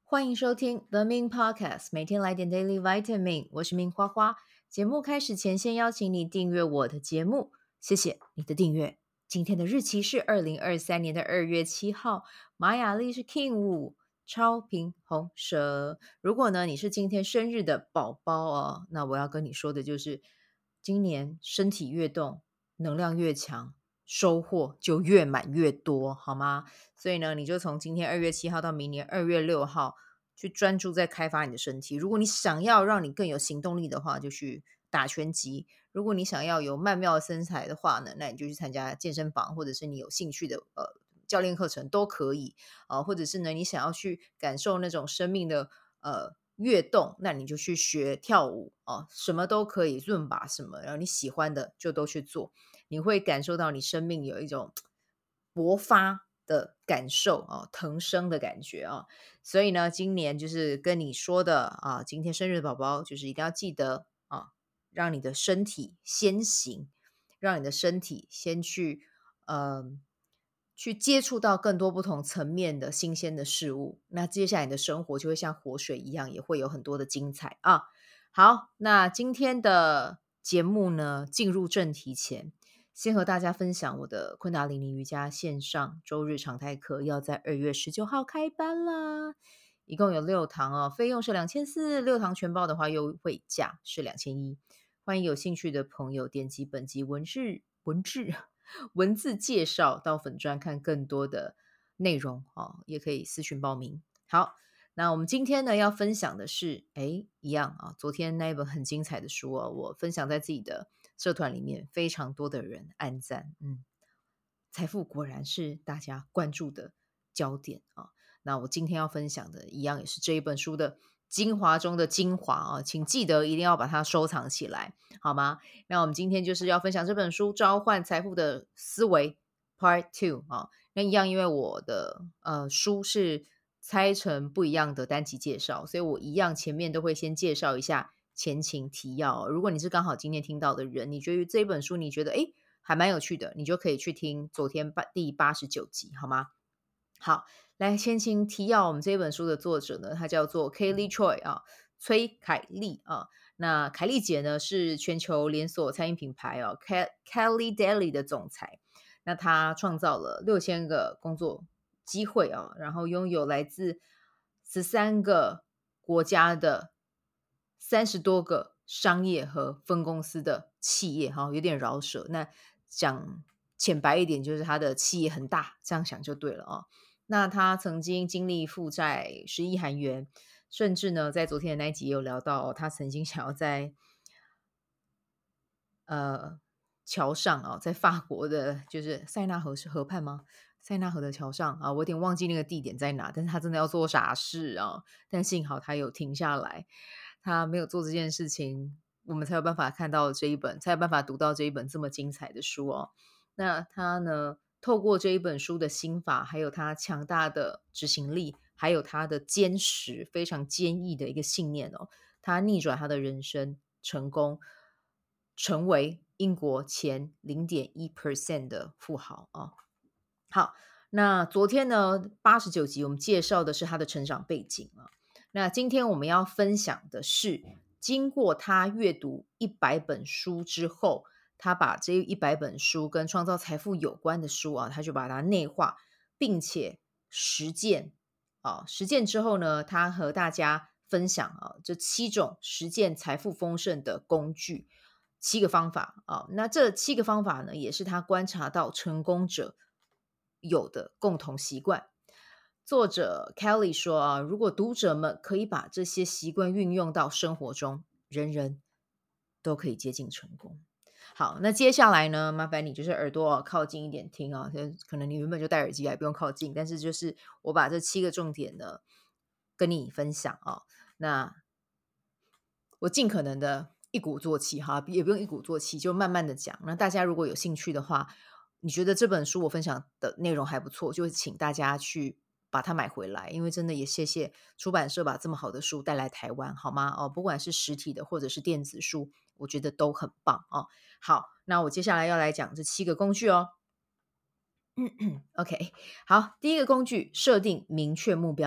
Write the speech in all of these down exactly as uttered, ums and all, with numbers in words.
欢迎收听 The Min Podcast，每天来点 Daily Vitamin，我是明花花。节目开始前，先邀请你订阅我的节目，谢谢你的订阅。今天的日期是二零二三年的二月七号，玛雅历是 King 五，超频红蛇。如果呢你是今天生日的宝宝哦，那我要跟你说的就是，今年身体越动，能量越强，收获就越满越多，好吗？所以呢，你就从今天二月七号到明年二月六号，去专注在开发你的身体。如果你想要让你更有行动力的话，就去打拳击；如果你想要有曼妙的身材的话呢，那你就去参加健身房，或者是你有兴趣的呃教练课程都可以啊、呃或者是呢，你想要去感受那种生命的呃跃动，那你就去学跳舞啊、什么都可以，润吧什么，然后你喜欢的就都去做。你会感受到你生命有一种勃发的感受啊，腾升的感觉啊。所以呢，今年就是跟你说的啊，今天生日的宝宝就是一定要记得啊，让你的身体先行，让你的身体先去呃去接触到更多不同层面的新鲜的事物。那接下来你的生活就会像活水一样，也会有很多的精彩啊。好，那今天的节目呢，进入正题前，先和大家分享我的昆达里尼瑜伽线上周日常态课，要在二月十九号开班啦。一共有六堂哦，费用是两千四，六堂全报的话优惠价是两千一。欢迎有兴趣的朋友点击本集文字文字文字介绍到粉专看更多的内容哦，也可以私讯报名。好，那我们今天呢要分享的是，诶，一样啊，昨天那一本很精彩的书哦，我分享在自己的社团里面，非常多的人按赞，嗯，财富果然是大家关注的焦点啊。那我今天要分享的，一样也是这一本书的精华中的精华啊，请记得一定要把它收藏起来，好吗？那我们今天就是要分享这本书《召唤财富的思维》Part Two 啊。那一样，因为我的呃书是拆成不一样的单集介绍，所以我一样前面都会先介绍一下前情提要哦。如果你是刚好今天听到的人，你觉得这本书你觉得诶还蛮有趣的，你就可以去听昨天八第八十九集，好吗？好，来先情提要，我们这本书的作者呢，他叫做 Kelly Choi 啊，崔凯丽啊。那凯丽姐呢是全球连锁餐饮品牌哦，Ke- Kelly Deli 的总裁。那她创造了六千个工作机会啊，然后拥有来自十三个国家的三十多个商业和分公司的企业哈，有点饶舌。那讲浅白一点，就是他的企业很大，这样想就对了哦。那他曾经经历负债十亿韩元，甚至呢，在昨天的那一集也有聊到哦，他曾经想要在呃桥上啊、在法国的，就是塞纳河是河畔吗？塞纳河的桥上啊，我有点忘记那个地点在哪，但是他真的要做傻事啊！但幸好他有停下来，他没有做这件事情，我们才有办法看到这一本，才有办法读到这一本这么精彩的书哦。那他呢，透过这一本书的心法，还有他强大的执行力，还有他的坚实、非常坚毅的一个信念哦，他逆转他的人生，成功成为英国前零点一 percent 的富豪啊。好，那昨天呢八十九集我们介绍的是他的成长背景啊。那今天我们要分享的是，经过他阅读一百本书之后，他把这一百本书跟创造财富有关的书啊，他就把它内化，并且实践啊。实践之后呢，他和大家分享啊这七种实践财富丰盛的工具，七个方法啊。那这七个方法呢，也是他观察到成功者有的共同习惯。作者 Kelly 说啊，如果读者们可以把这些习惯运用到生活中，人人都可以接近成功。好，那接下来呢，麻烦你就是耳朵、哦、靠近一点听啊，就可能你原本就戴耳机，还不用靠近，但是就是我把这七个重点呢跟你分享啊。那我尽可能的一鼓作气哈，也不用一鼓作气，就慢慢的讲。那大家如果有兴趣的话，你觉得这本书我分享的内容还不错，就请大家去把它买回来，因为真的也谢谢出版社把这么好的书带来台湾，好吗？哦，不管是实体的或者是电子书，我觉得都很棒哦。好，那我接下来要来讲这七个工具哦。OK，好，第一个工具，设定明确目标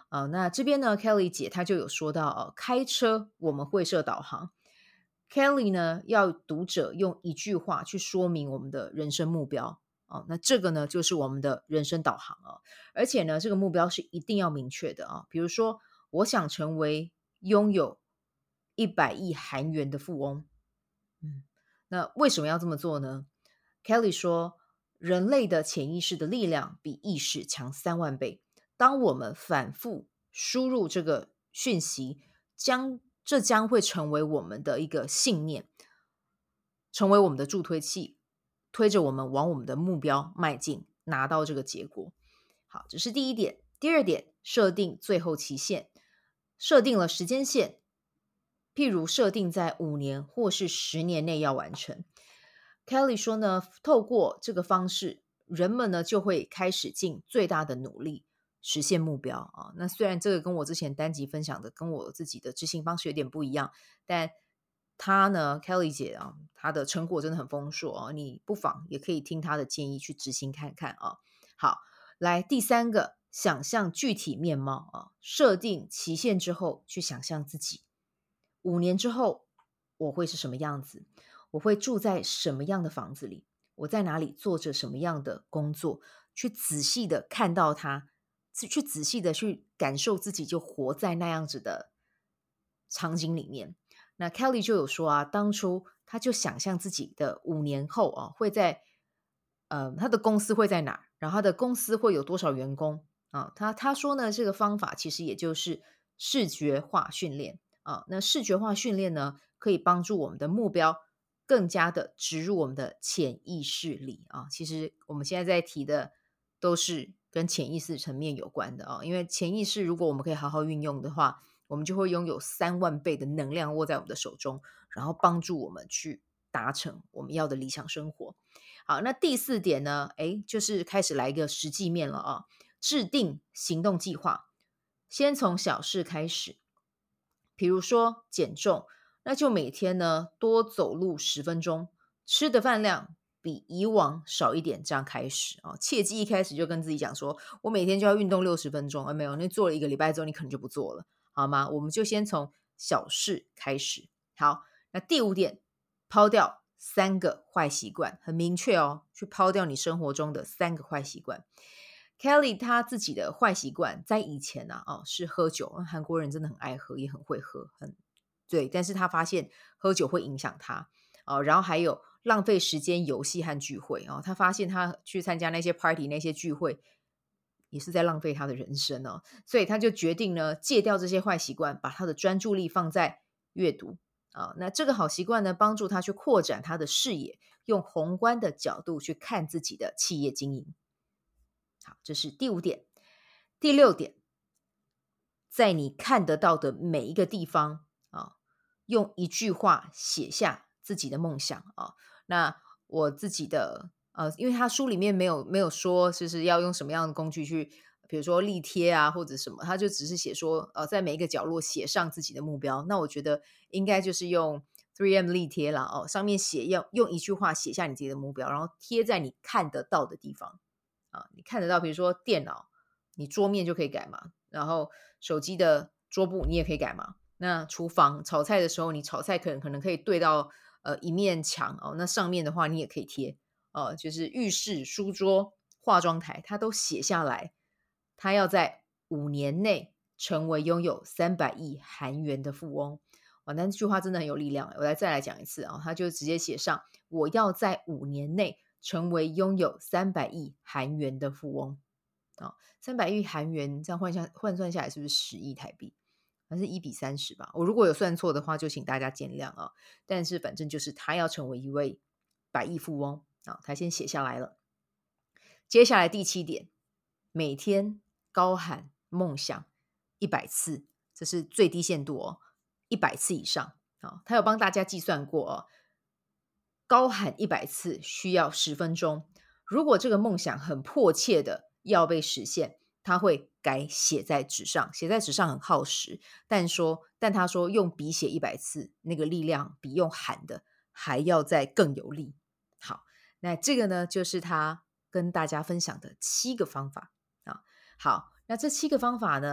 呃，那这边呢 Kelly 姐她就有说到，呃，开车我们会设导航。Kelly 呢要读者用一句话去说明我们的人生目标。哦，那这个呢就是我们的人生导航啊，而且呢这个目标是一定要明确的啊。比如说我想成为拥有一百亿韩元的富翁。嗯，那为什么要这么做呢？ Kelly 说，人类的潜意识的力量比意识强三万倍。当我们反复输入这个讯息，将这将会成为我们的一个信念，成为我们的助推器，推着我们往我们的目标迈进，拿到这个结果。好，这是第一点。第二点，设定最后期限，设定了时间线，譬如设定在五年或是十年内要完成。Kelly 说呢，透过这个方式，人们呢就会开始尽最大的努力实现目标啊。那虽然这个跟我之前单集分享的，跟我自己的执行方式有点不一样，但她呢 Kelly 姐啊，她的成果真的很丰硕啊，你不妨也可以听她的建议去执行看看啊。好，来第三个，想象具体面貌啊，设定期限之后，去想象自己五年之后我会是什么样子，我会住在什么样的房子里，我在哪里做着什么样的工作，去仔细的看到它，去仔细的去感受自己就活在那样子的场景里面。那 Kelly 就有说啊，当初他就想象自己的五年后啊，会在呃他的公司会在哪儿，然后他的公司会有多少员工啊？他他说呢，这个方法其实也就是视觉化训练啊。那视觉化训练呢，可以帮助我们的目标更加的植入我们的潜意识里啊。其实我们现在在提的都是跟潜意识层面有关的啊，因为潜意识如果我们可以好好运用的话，我们就会拥有三万倍的能量握在我们的手中，然后帮助我们去达成我们要的理想生活。好，那第四点呢，诶，就是开始来一个实际面了啊，制定行动计划，先从小事开始，比如说减重，那就每天呢多走路十分钟，吃的饭量比以往少一点，这样开始啊。切记一开始就跟自己讲说，我每天就要运动六十分钟，啊，没有，那做了一个礼拜之后，你可能就不做了，好吗？我们就先从小事开始。好，那第五点，抛掉三个坏习惯，很明确哦，去抛掉你生活中的三个坏习惯。Kelly 他自己的坏习惯在以前啊，哦是喝酒，韩国人真的很爱喝，也很会喝，很对。但是他发现喝酒会影响他哦，然后还有浪费时间游戏和聚会哦，他发现他去参加那些 party 那些聚会也是在浪费他的人生哦，所以他就决定呢戒掉这些坏习惯，把他的专注力放在阅读啊。那这个好习惯呢，帮助他去扩展他的视野，用宏观的角度去看自己的企业经营。好，这是第五点。第六点，在你看得到的每一个地方啊，用一句话写下自己的梦想啊。那我自己的呃，因为他书里面没有没有说就是要用什么样的工具去，比如说力贴啊或者什么，他就只是写说呃，在每一个角落写上自己的目标。那我觉得应该就是用 three M 力贴啦哦，上面写要用一句话写下你自己的目标，然后贴在你看得到的地方。啊，你看得到，比如说电脑，你桌面就可以改嘛，然后手机的桌布你也可以改嘛。那厨房炒菜的时候，你炒菜可能可能可以对到呃一面墙哦，那上面的话你也可以贴哦，就是浴室、书桌、化妆台，他都写下来，他要在五年内成为拥有三百亿韩元的富翁。哇，那这句话真的很有力量。我来再来讲一次啊，他就直接写上我要在五年内成为拥有三百亿韩元的富翁啊，三百亿韩元这样换下换算下来是不是十亿台币？还是一比三十吧？我如果有算错的话，就请大家见谅啊。但是反正就是他要成为一位百亿富翁啊，他先写下来了。接下来第七点，每天高喊梦想一百次，这是最低限度哦，一百次以上啊。他有帮大家计算过哦，高喊一百次需要十分钟。如果这个梦想很迫切的要被实现，他会改写在纸上，写在纸上很耗时，但说但他说用笔写一百次，那个力量比用喊的还要再更有力。好，那这个呢，就是他跟大家分享的七个方法啊。好，那这七个方法呢，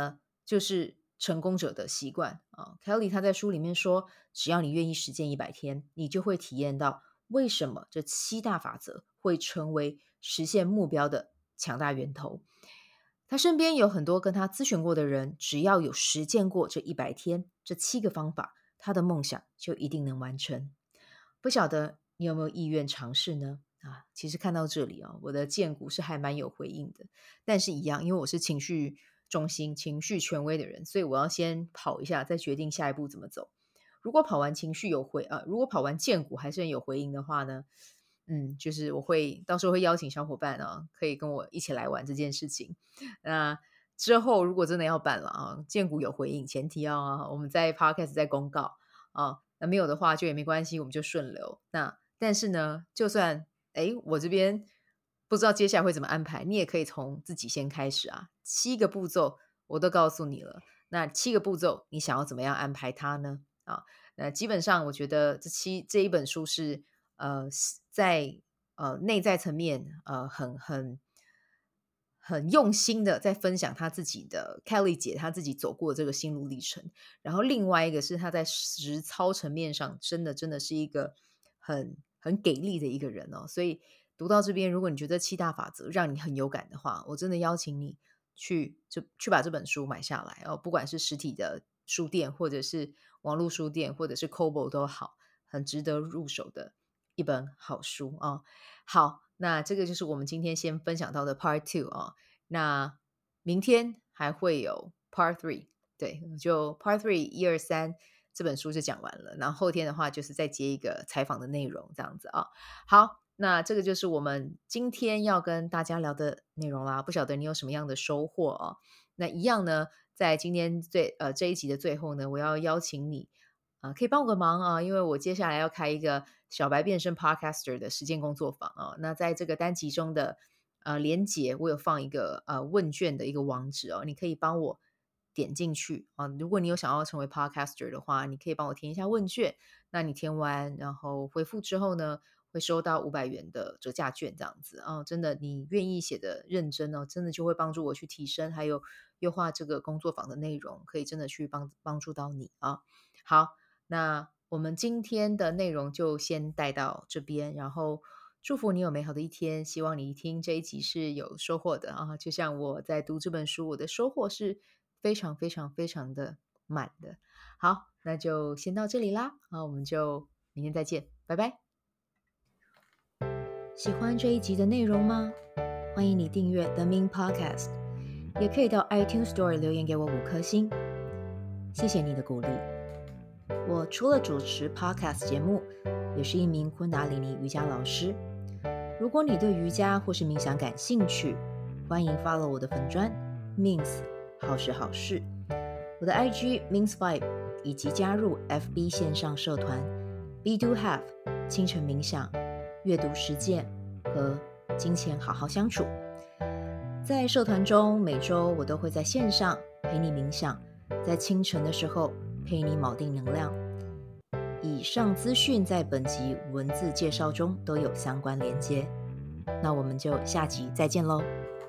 就是成功者的习惯啊。Kelly 他在书里面说，只要你愿意实践一百天，你就会体验到为什么这七大法则会成为实现目标的强大源头。他身边有很多跟他咨询过的人，只要有实践过这一百天这七个方法，他的梦想就一定能完成。不晓得你有没有意愿尝试呢？啊，其实看到这里啊，我的荐股是还蛮有回应的，但是一样，因为我是情绪中心、情绪权威的人，所以我要先跑一下，再决定下一步怎么走。如果跑完情绪有回啊，如果跑完荐股还是很有回应的话呢，嗯，就是我会到时候会邀请小伙伴啊，可以跟我一起来玩这件事情。那之后如果真的要办了啊，荐股有回应，前提啊，我们在 podcast 再公告啊，那没有的话就也没关系，我们就顺流。那但是呢，就算诶我这边不知道接下来会怎么安排，你也可以从自己先开始啊。七个步骤我都告诉你了，那七个步骤你想要怎么样安排它呢？啊，那基本上我觉得这七这一本书是呃在呃内在层面呃很很很用心的在分享他自己的 Kelly 姐她自己走过的这个心路历程，然后另外一个是他在实操层面上真的真的是一个很很给力的一个人哦，所以读到这边，如果你觉得七大法则让你很有感的话，我真的邀请你去就去把这本书买下来哦，不管是实体的书店，或者是网络书店，或者是 Kobo 都好，很值得入手的一本好书啊、哦。好，那这个就是我们今天先分享到的 Part Two 啊、哦，那明天还会有 Part Three， 对，就 Part Three 一二三这本书就讲完了，然后后天的话就是再接一个采访的内容这样子啊、哦。好，那这个就是我们今天要跟大家聊的内容啦，不晓得你有什么样的收获哦。那一样呢，在今天最呃这一集的最后呢，我要邀请你啊、呃可以帮我个忙啊，因为我接下来要开一个小白变身 Podcaster 的实践工作坊啊。那在这个单集中的呃连结，我有放一个呃问卷的一个网址哦，你可以帮我点进去啊。如果你有想要成为 Podcaster 的话，你可以帮我填一下问卷。那你填完然后回复之后呢，会收到五百元的折价券这样子哦。真的，你愿意写的认真哦，真的就会帮助我去提升，还有优化这个工作坊的内容，可以真的去帮帮助到你啊。好，那我们今天的内容就先带到这边，然后祝福你有美好的一天，希望你一听这一集是有收获的啊。就像我在读这本书，我的收获是非常非常非常的满的。好，那就先到这里啦，那我们就明天再见，拜拜。喜欢这一集的内容吗？欢迎你订阅 The Min Podcast， 也可以到 iTunes Store 留言给我五颗星，谢谢你的鼓励。我除了主持 Podcast 节目，也是一名昆达里尼瑜伽老师。如果你对瑜伽或是冥想感兴趣，欢迎 follow 我的粉专 Mins 好事好事，我的 I G Mins Vibe， 以及加入 F B 线上社团 Be Do Have 清晨冥想、阅读实践和金钱好好相处。在社团中，每周我都会在线上陪你冥想，在清晨的时候陪你铆定能量。以上资讯在本集文字介绍中都有相关连接。那我们就下集再见喽。